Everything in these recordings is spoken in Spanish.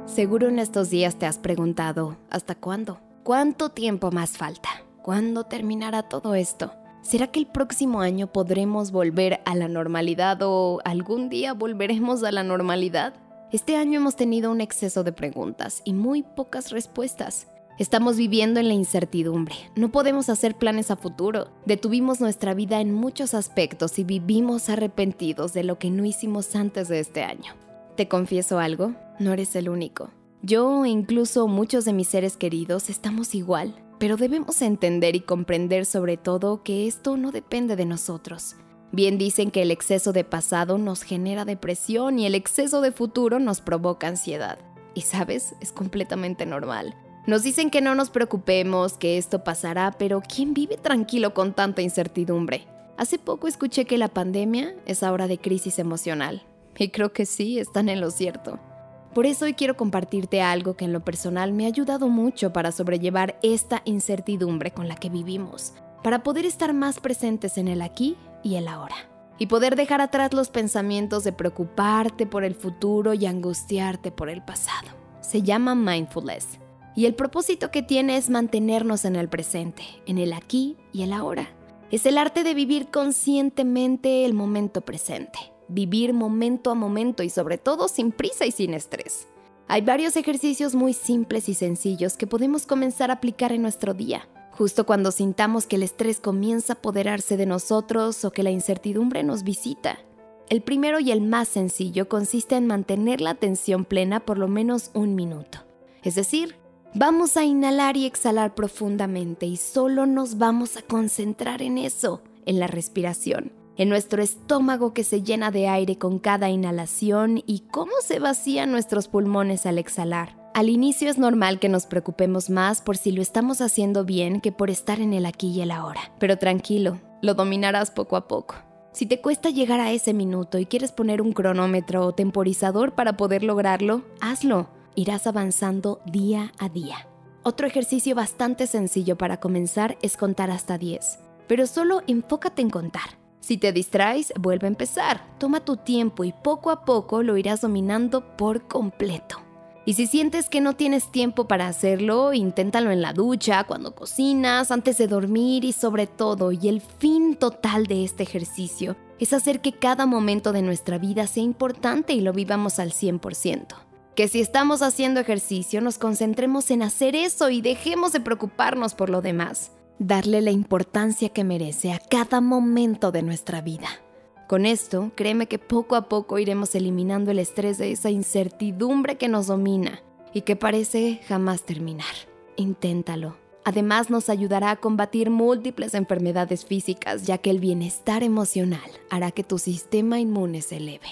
Seguro en estos días te has preguntado, ¿hasta cuándo? ¿Cuánto tiempo más falta? ¿Cuándo terminará todo esto? ¿Será que el próximo año podremos volver a la normalidad o algún día volveremos a la normalidad? Este año hemos tenido un exceso de preguntas y muy pocas respuestas. Estamos viviendo en la incertidumbre, no podemos hacer planes a futuro, detuvimos nuestra vida en muchos aspectos y vivimos arrepentidos de lo que no hicimos antes de este año. ¿Te confieso algo? No eres el único. Yo e incluso muchos de mis seres queridos estamos igual, pero debemos entender y comprender sobre todo que esto no depende de nosotros. Bien dicen que el exceso de pasado nos genera depresión y el exceso de futuro nos provoca ansiedad. Y sabes, es completamente normal. Nos dicen que no nos preocupemos, que esto pasará, pero ¿quién vive tranquilo con tanta incertidumbre? Hace poco escuché que la pandemia es ahora de crisis emocional. Y creo que sí, están en lo cierto. Por eso hoy quiero compartirte algo que en lo personal me ha ayudado mucho para sobrellevar esta incertidumbre con la que vivimos, para poder estar más presentes en el aquí y el ahora, y poder dejar atrás los pensamientos de preocuparte por el futuro y angustiarte por el pasado. Se llama mindfulness, y el propósito que tiene es mantenernos en el presente, en el aquí y el ahora. Es el arte de vivir conscientemente el momento presente. Vivir momento a momento y sobre todo sin prisa y sin estrés. Hay varios ejercicios muy simples y sencillos que podemos comenzar a aplicar en nuestro día, justo cuando sintamos que el estrés comienza a apoderarse de nosotros o que la incertidumbre nos visita. El primero y el más sencillo consiste en mantener la atención plena por lo menos 1 minuto. Es decir, vamos a inhalar y exhalar profundamente y solo nos vamos a concentrar en eso, en la respiración. En nuestro estómago que se llena de aire con cada inhalación y cómo se vacían nuestros pulmones al exhalar. Al inicio es normal que nos preocupemos más por si lo estamos haciendo bien que por estar en el aquí y el ahora. Pero tranquilo, lo dominarás poco a poco. Si te cuesta llegar a ese minuto y quieres poner un cronómetro o temporizador para poder lograrlo, hazlo. Irás avanzando día a día. Otro ejercicio bastante sencillo para comenzar es contar hasta 10. Pero solo enfócate en contar. Si te distraes, vuelve a empezar. Toma tu tiempo y poco a poco lo irás dominando por completo. Y si sientes que no tienes tiempo para hacerlo, inténtalo en la ducha, cuando cocinas, antes de dormir y sobre todo, y el fin total de este ejercicio, es hacer que cada momento de nuestra vida sea importante y lo vivamos al 100%. Que si estamos haciendo ejercicio, nos concentremos en hacer eso y dejemos de preocuparnos por lo demás. Darle la importancia que merece a cada momento de nuestra vida. Con esto, créeme que poco a poco iremos eliminando el estrés de esa incertidumbre que nos domina y que parece jamás terminar. Inténtalo. Además, nos ayudará a combatir múltiples enfermedades físicas, ya que el bienestar emocional hará que tu sistema inmune se eleve.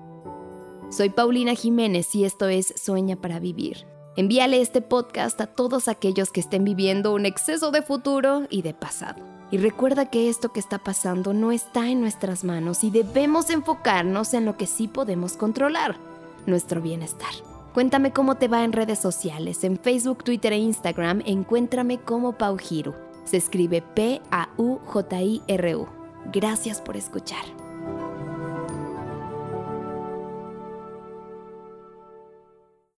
Soy Paulina Jiménez y esto es Sueña para Vivir. Envíale este podcast a todos aquellos que estén viviendo un exceso de futuro y de pasado. Y recuerda que esto que está pasando no está en nuestras manos y debemos enfocarnos en lo que sí podemos controlar, nuestro bienestar. Cuéntame cómo te va en redes sociales. En Facebook, Twitter e Instagram, encuéntrame como Paujiru. Se escribe Paujiru. Gracias por escuchar.